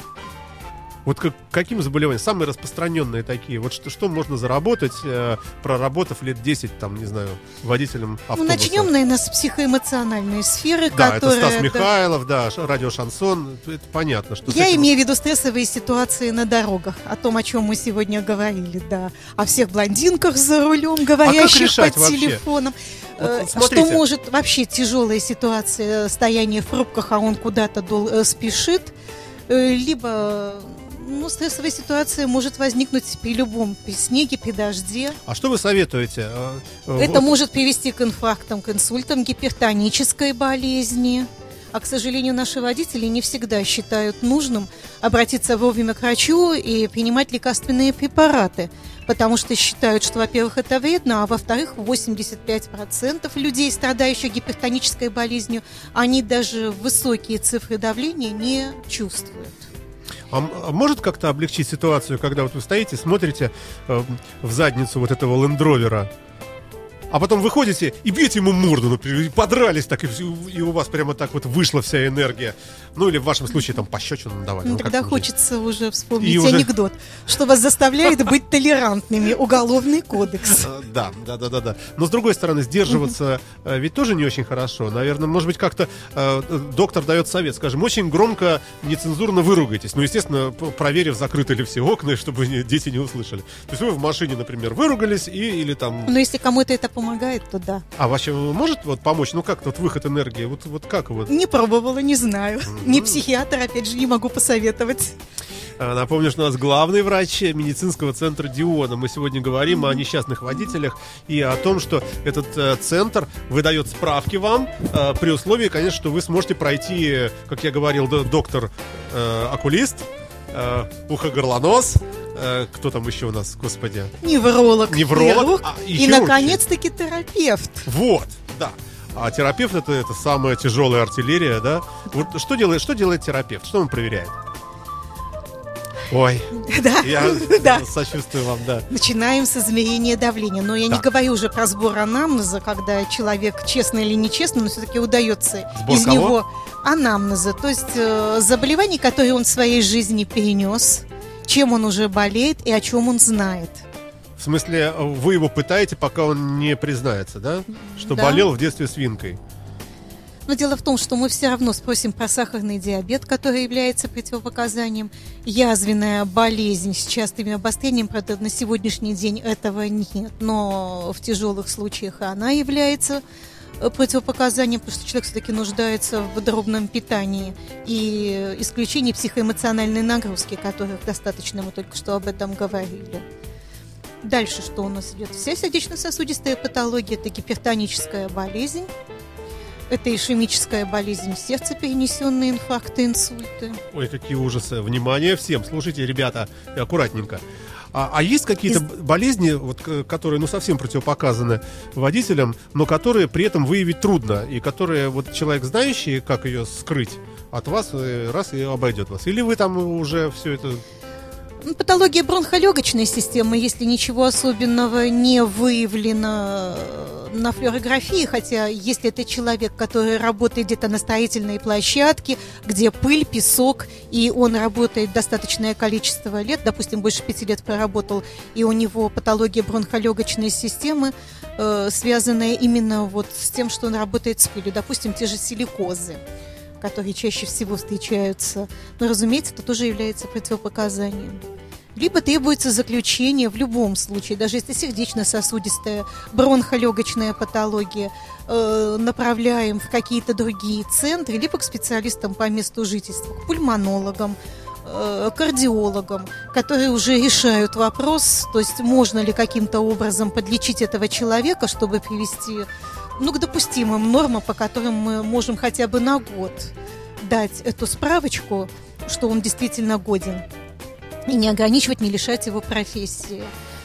Вот как, каким заболеваниям? Самые распространенные такие. Вот что, что можно заработать, э, проработав лет десять, там, не знаю, водителем автобуса? Ну, начнем, наверное, с психоэмоциональной сферы, Да, которая... это Стас да, Михайлов, да, ш- радио «Шансон». Это понятно, что... с Я этим- имею в виду стрессовые ситуации на дорогах, о том, о чем мы сегодня говорили, да. О всех блондинках за рулем, говорящих решать по вообще? телефонам. Вот Э, смотрите. Что может вообще тяжелая ситуация, стояние в пробках, а он куда-то дол- э, спешит, э, либо... Ну, стрессовая ситуация может возникнуть при любом, при снеге, при дожде. А что вы советуете? Э, э, Это вот- может привести к инфарктам, к инсультам, гипертонической болезни. А, к сожалению, наши водители не всегда считают нужным обратиться вовремя к врачу и принимать лекарственные препараты, потому что считают, что, во-первых, это вредно, а во-вторых, восемьдесят пять процентов людей, страдающих гипертонической болезнью, они даже высокие цифры давления не чувствуют. А м- а может как-то облегчить ситуацию, когда вот вы стоите, смотрите э, в задницу вот этого лендровера, а потом выходите и бьете ему морду, например, и подрались так, и, всё- и у вас прямо так вот вышла вся энергия. Ну или в вашем случае там пощечину надавали. Ну, ну, как тогда там же? хочется уже вспомнить И уже- анекдот, что вас заставляет быть толерантными. Уголовный кодекс. Э, Да, да, да, да, да. Но с другой стороны, сдерживаться э, ведь тоже не очень хорошо. Наверное, может быть, как-то э, доктор дает совет, скажем, очень громко, нецензурно выругайтесь. Ну, естественно, п- проверив, закрыты ли все окна, чтобы не- дети не услышали. То есть вы в машине, например, выругались и или там. Но если кому-то это помогает, то да. А вообще может вот помочь? Ну как вот выход энергии? Вот, вот как вот? Не пробовала, не знаю. Мгм. Не психиатр, опять же, не могу посоветовать. Напомню, что у нас главный врач медицинского центра Диона. Мы сегодня говорим о несчастных водителях и о том, что этот э, центр выдает справки вам э, при условии, конечно, что вы сможете пройти, как я говорил, доктор э, окулист, э, ухо-горлонос. Э, кто там еще у нас, господи? Невролог. Невролог. А, и, и наконец-таки терапевт. Вот, да. А терапевт это, это самая тяжелая артиллерия, да? Вот что делает, что делает терапевт? Что он проверяет? Ой, да, я да. сочувствую вам, да. Начинаем с измерения давления. Но я так. не говорю уже про сбор анамнеза, когда человек честно или нечестно, но все-таки удается сбор из кого? него анамнеза. То есть э, заболевания, которые он в своей жизни перенес, чем он уже болеет и о чем он знает. В смысле, вы его пытаете, пока он не признается, да? Что да. болел в детстве свинкой. Но дело в том, что мы все равно спросим про сахарный диабет, который является противопоказанием, язвенная болезнь с частыми обострениями, правда, на сегодняшний день этого нет, но в тяжелых случаях она является противопоказанием, потому что человек все-таки нуждается в дробном питании и исключении психоэмоциональной нагрузки, которых достаточно, мы только что об этом говорили. Дальше что у нас идет? Вся сердечно-сосудистая патология – это гипертоническая болезнь. Это ишемическая болезнь сердца, перенесенные инфаркты, инсульты. Ой, какие ужасы. Внимание всем. Слушайте, ребята, аккуратненько. А, а есть какие-то Из... болезни, вот, которые ну, совсем противопоказаны водителям, но которые при этом выявить трудно, и которые вот, человек, знающий, как ее скрыть, от вас раз и обойдет вас? Или вы там уже все это... Патология бронхолегочной системы, если ничего особенного не выявлено на флюорографии, хотя если это человек, который работает где-то на строительной площадке, где пыль, песок, и он работает достаточное количество лет, допустим, больше пяти лет проработал, и у него патология бронхолегочной системы, э, связанная именно вот с тем, что он работает с пылью, допустим, те же силикозы, которые чаще всего встречаются. Но, разумеется, это тоже является противопоказанием. Либо требуется заключение в любом случае, даже если сердечно-сосудистая бронхолегочная патология, э, направляем в какие-то другие центры, либо к специалистам по месту жительства, к пульмонологам, э, кардиологам, которые уже решают вопрос, то есть можно ли каким-то образом подлечить этого человека, чтобы привести ну, к допустимым нормам, по которым мы можем хотя бы на год дать эту справочку, что он действительно годен, и не ограничивать, не лишать его профессии.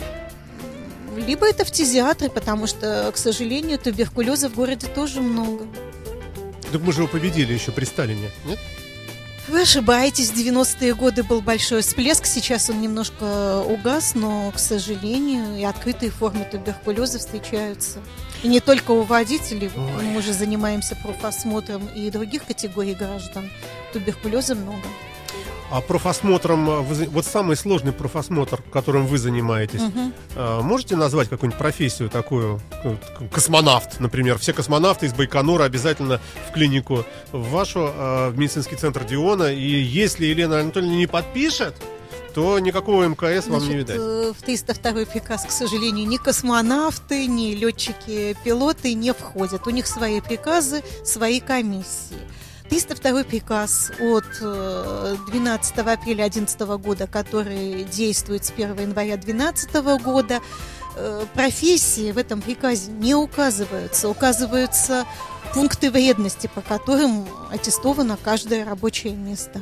Либо это фтизиатры, потому что, к сожалению, туберкулеза в городе тоже много. Так мы же его победили еще при Сталине, нет? Вы ошибаетесь, в девяностые годы был большой всплеск, сейчас он немножко угас, но, к сожалению, и открытые формы туберкулеза встречаются. И не только у водителей, Ой. мы же занимаемся профосмотром и других категорий граждан, туберкулеза много. А профосмотром, вот самый сложный профосмотр, которым вы занимаетесь, угу. можете назвать какую-нибудь профессию такую, космонавт, например? Все космонавты из Байконура обязательно в клинику в вашу, в медицинский центр Диона. И если Елена Анатольевна не подпишет, то никакого МКС вам Значит, не видать. В триста второй приказ, к сожалению, ни космонавты, ни летчики-пилоты не входят. У них свои приказы, свои комиссии. триста второй приказ от двенадцатого апреля две тысячи одиннадцатого года, который действует с первого января две тысячи двенадцатого года, профессии в этом приказе не указываются. Указываются пункты вредности, по которым аттестовано каждое рабочее место.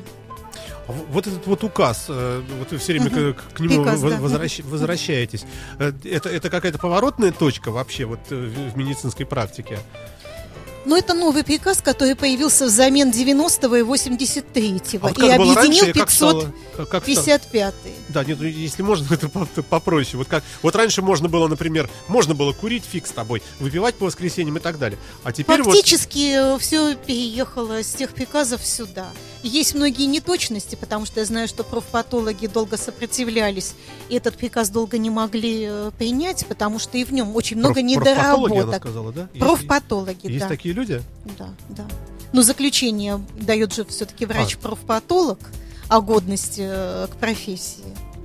Вот этот вот указ, вот вы все время угу. к, к нему Приказ, возвращ, да. возвращаетесь. Это, это какая-то поворотная точка вообще вот в медицинской практике? Но это новый приказ, который появился взамен девяностого и восемьдесят третьего. А вот и объединил пятьсот пятьдесят пятый. Да, нет, если можно, это попроще. Вот, как, вот раньше можно было, например, можно было курить, фиг с тобой, выпивать по воскресеньям и так далее. А теперь Фактически вот... все переехало с тех приказов сюда. Есть многие неточности, потому что я знаю, что профпатологи долго сопротивлялись, и этот приказ долго не могли принять, потому что и в нем очень много Проф, недоработок. Профпатологи, она сказала, да? Профпатологи, есть, да. Есть такие люди? Да, да. Но заключение дает же все-таки врач-профпатолог о годности к профессии.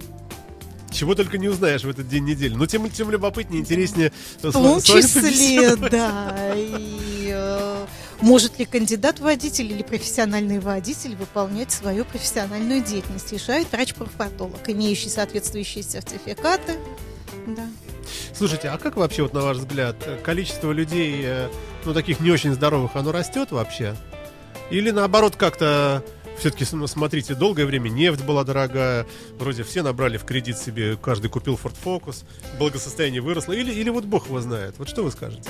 Чего только не узнаешь в этот день недели. Но тем, тем любопытнее, интереснее. В том числе, да. И, э, может ли кандидат в водитель или профессиональный водитель выполнять свою профессиональную деятельность. Решает врач-профпатолог, имеющий соответствующие сертификаты. Да. Слушайте, а как вообще, вот на ваш взгляд, количество людей, ну, таких не очень здоровых, оно растет вообще? Или наоборот как-то... Все-таки, смотрите, долгое время нефть была дорогая, вроде все набрали в кредит себе, каждый купил Ford Focus, благосостояние выросло, или, или вот бог его знает. Вот что вы скажете?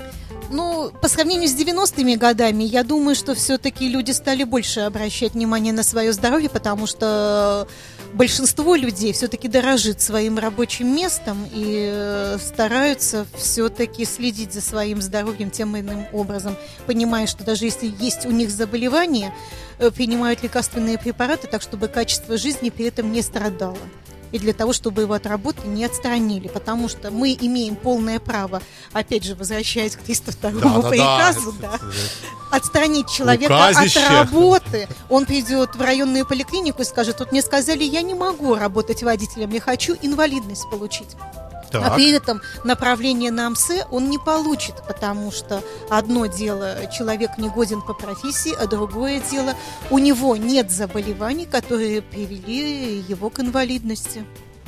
Ну, по сравнению с девяностыми годами, я думаю, что все-таки люди стали больше обращать внимание на свое здоровье, потому что большинство людей все-таки дорожит своим рабочим местом и стараются все-таки следить за своим здоровьем тем или иным образом, понимая, что даже если есть у них заболевания, принимают лекарственные препараты так, чтобы качество жизни при этом не страдало. И для того, чтобы его от работы не отстранили. Потому что мы имеем полное право, опять же, возвращаясь к триста второму да, приказу, да, да, да, отстранить человека Указище. от работы. Он придет в районную поликлинику и скажет: вот мне сказали, я не могу работать водителем, я хочу инвалидность получить. Так. А при этом направление на МС он не получит, потому что одно дело, человек не годен по профессии, а другое дело, у него нет заболеваний, которые привели его к инвалидности.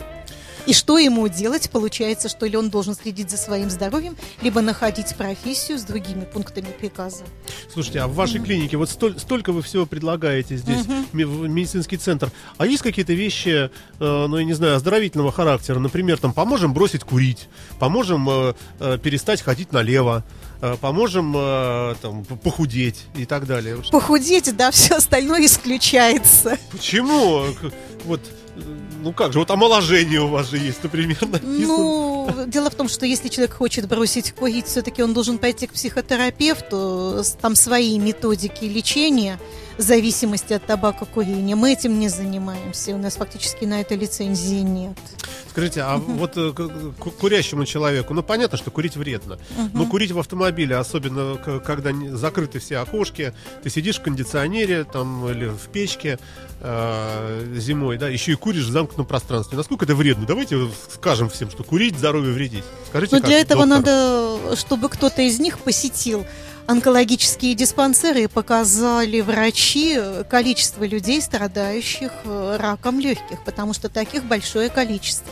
И что ему делать? Получается, что ли он должен следить за своим здоровьем, либо находить профессию с другими пунктами приказа. Слушайте, а в вашей mm-hmm. клинике вот столь, столько вы всего предлагаете здесь, mm-hmm. в медицинский центр. А есть какие-то вещи, э, ну, я не знаю, оздоровительного характера? Например, там, поможем бросить курить, поможем э, э, перестать ходить налево, э, поможем э, там, похудеть и так далее. Похудеть, да, все остальное исключается. Почему? Вот... Ну как же, вот омоложение у вас же есть, например, написано. Ну, дело в том, что если человек хочет бросить курить, все-таки он должен пойти к психотерапевту, там свои методики лечения в зависимости от табакокурения. Мы этим не занимаемся, у нас фактически на это лицензии нет. Скажите, а uh-huh. вот э, к- курящему человеку, ну понятно, что курить вредно, uh-huh. но курить в автомобиле, особенно к- когда не, закрыты все окошки, ты сидишь в кондиционере там, или в печке э, зимой, да, еще и куришь в замкнутом пространстве. Насколько это вредно? Давайте скажем всем, что курить здоровью вредить. Скажите, но для этого доктор. Надо, чтобы кто-то из них посетил онкологические диспансеры и показали врачи количество людей, страдающих раком легких, потому что таких большое количество.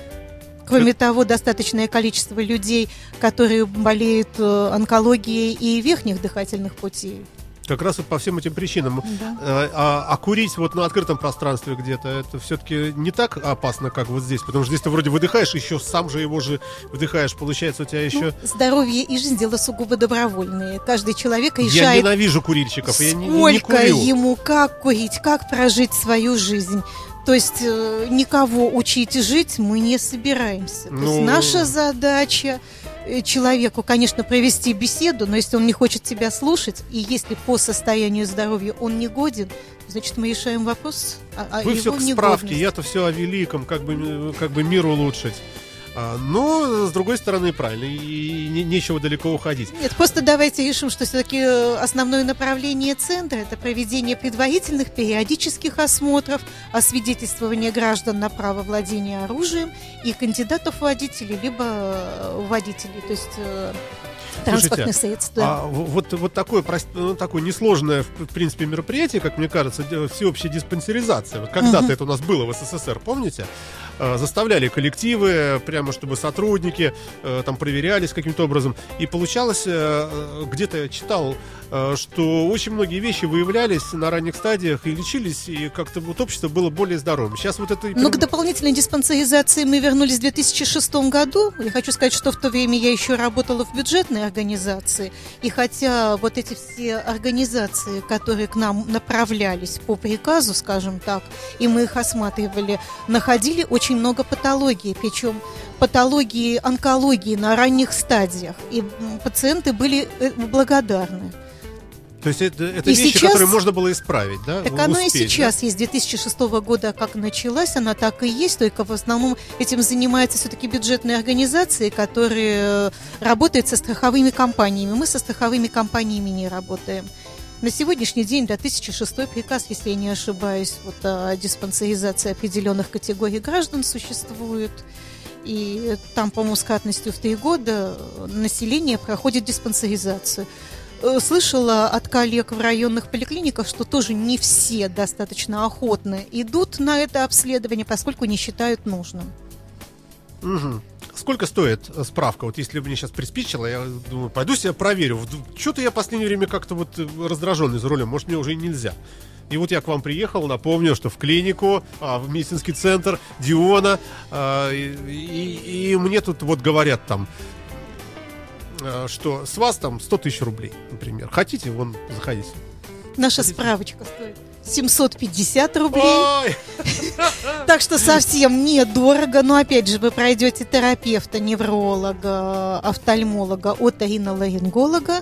Кроме того, достаточное количество людей, которые болеют онкологией и верхних дыхательных путей. Как раз вот по всем этим причинам. Да. А, а курить вот на открытом пространстве где-то, это все-таки не так опасно, как вот здесь? Потому что здесь ты вроде выдыхаешь, еще сам же его же вдыхаешь. Получается, у тебя еще... Ну, здоровье и жизнь — дело сугубо добровольные. Каждый человек решает... Я ненавижу курильщиков, я не, не, не курю. Сколько ему, как курить, как прожить свою жизнь. То есть э, никого учить жить мы не собираемся. То ну... есть наша задача человеку, конечно, провести беседу, но если он не хочет тебя слушать, и если по состоянию здоровья он не годен, значит, мы решаем вопрос о, о Вы его все к негодности. справке, я-то все о великом, как бы, как бы мир улучшить. А, но, с другой стороны, правильно, и не, нечего далеко уходить. Нет, просто давайте решим, что все-таки основное направление центра — это проведение предварительных периодических осмотров, освидетельствование граждан на право владения оружием и кандидатов в водители, либо водителей, то есть транспортных средств. Да. А вот, вот такое, ну, такое несложное, в принципе, мероприятие, как мне кажется, всеобщая диспансеризация. Вот когда-то uh-huh. это у нас было в СССР, помните? Заставляли коллективы, прямо чтобы сотрудники э, там проверялись каким-то образом. И получалось, э, где-то я читал, э, что очень многие вещи выявлялись на ранних стадиях и лечились, и как-то вот общество было более здоровым. Сейчас вот это... Но к дополнительной диспансеризации мы вернулись в две тысячи шестом году. Я хочу сказать, что в то время я еще работала в бюджетной организации. И хотя вот эти все организации, которые к нам направлялись по приказу, скажем так, и мы их осматривали, находили очень очень много патологий, причем патологии онкологии на ранних стадиях, и пациенты были благодарны. То есть это, это вещи, сейчас, которые можно было исправить, да? Так оно и сейчас да? есть. С две тысячи шестого года как началась, она так и есть, только в основном этим занимаются все-таки бюджетные организации, которые работают со страховыми компаниями. Мы со страховыми компаниями не работаем. На сегодняшний день, до тысяча шестой приказ, если я не ошибаюсь, вот, о диспансеризации определенных категорий граждан существует. И там, по-моему, с кратностью в три года население проходит диспансеризацию. э, слышала от коллег в районных поликлиниках, что тоже не все достаточно охотно идут на это обследование, поскольку не считают нужным. Угу. Сколько стоит справка? Вот если бы мне сейчас приспичило, я думаю, пойду себя проверю. Что-то я в последнее время как-то вот раздраженный за рулем, может, мне уже и нельзя. И вот я к вам приехал, напомню, что в клинику, а, в медицинский центр Диона, а, и, и, и мне тут вот говорят там, а, что с вас там сто тысяч рублей, например. Хотите, вон, заходите. Наша справочка стоит семьсот пятьдесят рублей. Ой! Так что совсем недорого. Но опять же, вы пройдете терапевта, невролога, офтальмолога, оториноларинголога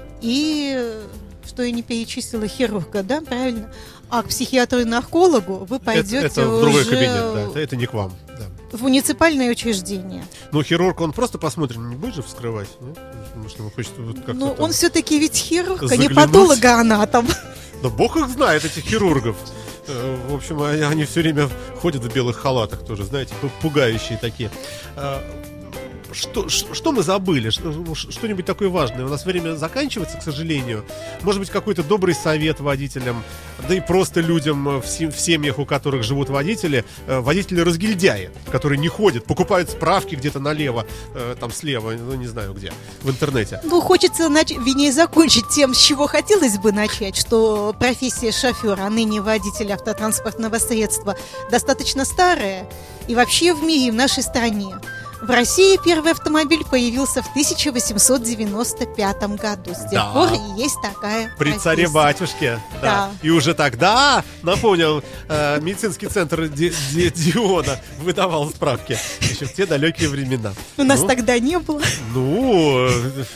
и, что я не перечислила, хирурга, да, правильно? А к психиатру и наркологу вы пойдете это, это в другой уже кабинет, да, это, это не к вам. Да. В муниципальное учреждение. Ну, хирург, он просто посмотрит, не будет же вскрывать? Нет? Потому что он хочет вот как-то Ну, там он все-таки ведь хирург, а не заглянуть. патологоанатом. Да бог их знает, этих хирургов. Э, В общем, они, они все время ходят в белых халатах тоже, знаете, пу- пугающие такие. Э, Что, ш- что мы забыли? Что- Что-нибудь такое важное? У нас время заканчивается, к сожалению. Может быть, какой-то добрый совет водителям, да и просто людям в, сем- в семьях, у которых живут водители. Э, Водители-разгильдяи, которые не ходят, покупают справки где-то налево, э, там слева, ну не знаю где, в интернете. Ну, хочется, нач... вернее, закончить тем, с чего хотелось бы начать, что профессия шофера, а ныне водителя автотранспортного средства, достаточно старая. И вообще в мире, в нашей стране. В России первый автомобиль появился в тысяча восемьсот девяносто пятом году. С тех Да. пор и есть такая При профессия. царе-батюшке, да. Да. И уже тогда, напомню, э, медицинский центр Ди- Ди- Диона выдавал справки. Еще в те далекие времена. У нас Ну, тогда не было. Ну,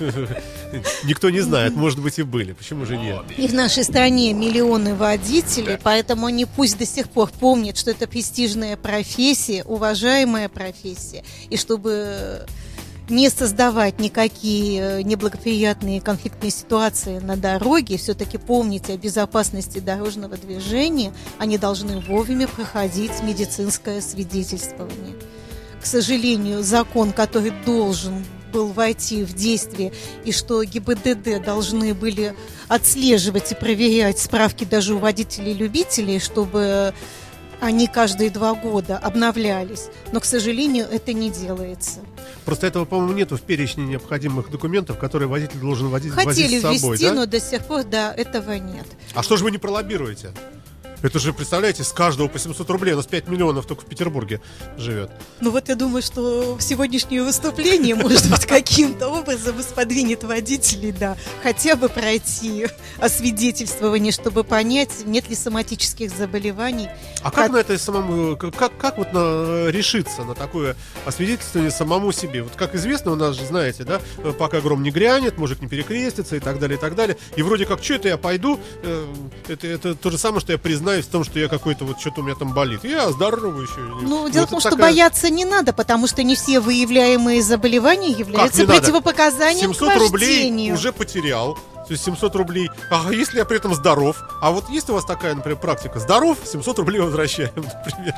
э, никто не знает, может быть и были, почему же нет? И в нашей стране миллионы водителей, поэтому они пусть до сих пор помнят, что это престижная профессия, уважаемая профессия. И чтобы не создавать никакие неблагоприятные конфликтные ситуации на дороге, все-таки помните о безопасности дорожного движения, они должны вовремя проходить медицинское свидетельствование. К сожалению, закон, который должен был войти в действие, и что ГИБДД должны были отслеживать и проверять справки даже у водителей-любителей, чтобы они каждые два года обновлялись. Но, к сожалению, это не делается. Просто этого, по-моему, нету в перечне необходимых документов, которые водитель должен водить, Хотели возить с собой, ввести, да? но до сих пор, да, этого нет. А что же вы не пролоббируете? Это же, представляете, с каждого по семьсот рублей. У нас пять миллионов только в Петербурге живет. Ну вот я думаю, что сегодняшнее выступление, может быть, каким-то образом сподвинет водителей, да, хотя бы пройти освидетельствование, чтобы понять, нет ли соматических заболеваний. А как на это самому, как, как вот на, решиться на такое освидетельствование самому себе? Вот как известно, у нас же, знаете, да, пока гром не грянет, мужик не перекрестится и так далее, и так далее. И вроде как, что это я пойду, э, это, это то же самое, что я признаю в том, что я какой-то вот что-то у меня там болит. Я здоровый еще. Ну, Вот дело это в том, что такая... бояться не надо, потому что не все выявляемые заболевания являются не надо? противопоказанием к семьсот рублей вождению. уже потерял. То есть семьсот рублей. А если я при этом здоров? А вот есть у вас такая, например, практика? Здоров, семьсот рублей возвращаем, например.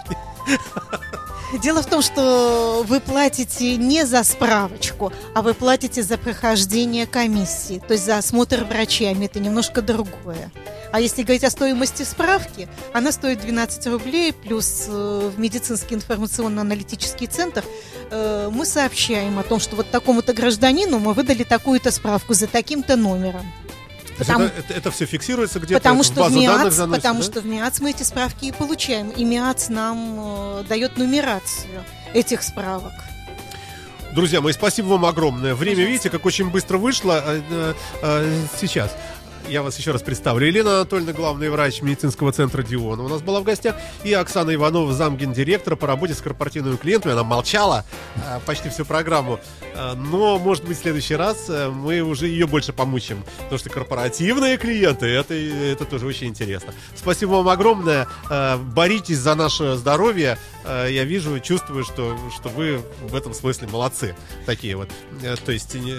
Дело в том, что вы платите не за справочку, а вы платите за прохождение комиссии, то есть за осмотр врачами. Это немножко другое. А если говорить о стоимости справки, она стоит двенадцать рублей, плюс э, в медицинский информационно-аналитический центр э, мы сообщаем о том, что вот такому-то гражданину мы выдали такую-то справку за таким-то номером. Потому, это, это, это все фиксируется где-то потому в что базу в данных МИАЦ, заносится, потому да? что в МИАЦ мы эти справки и получаем. И МИАЦ нам э, дает нумерацию этих справок. Друзья мои, спасибо вам огромное. Время, Пожалуйста. видите, как очень быстро вышло. А, а, а, сейчас я вас еще раз представлю. Елена Анатольевна, главный врач медицинского центра Диона, у нас была в гостях. И Оксана Иванова, замгендиректора по работе с корпоративными клиентами. Она молчала а, почти всю программу. А, но, может быть, в следующий раз а, мы уже ее больше помучим. Потому что корпоративные клиенты, это, это тоже очень интересно. Спасибо вам огромное. А, боритесь за наше здоровье. А, я вижу, чувствую, что, что вы в этом смысле молодцы. Такие вот. А, то есть... не-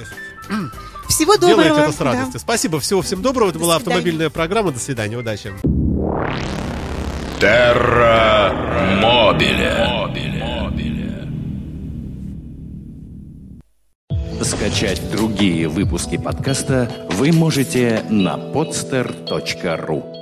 Всего доброго. Делайте это с радостью. Да. Спасибо, всего всем доброго. Это До была свидания. автомобильная программа. До свидания, удачи. Терра Мобиле. Скачать другие выпуски подкаста вы можете на podster точка ру.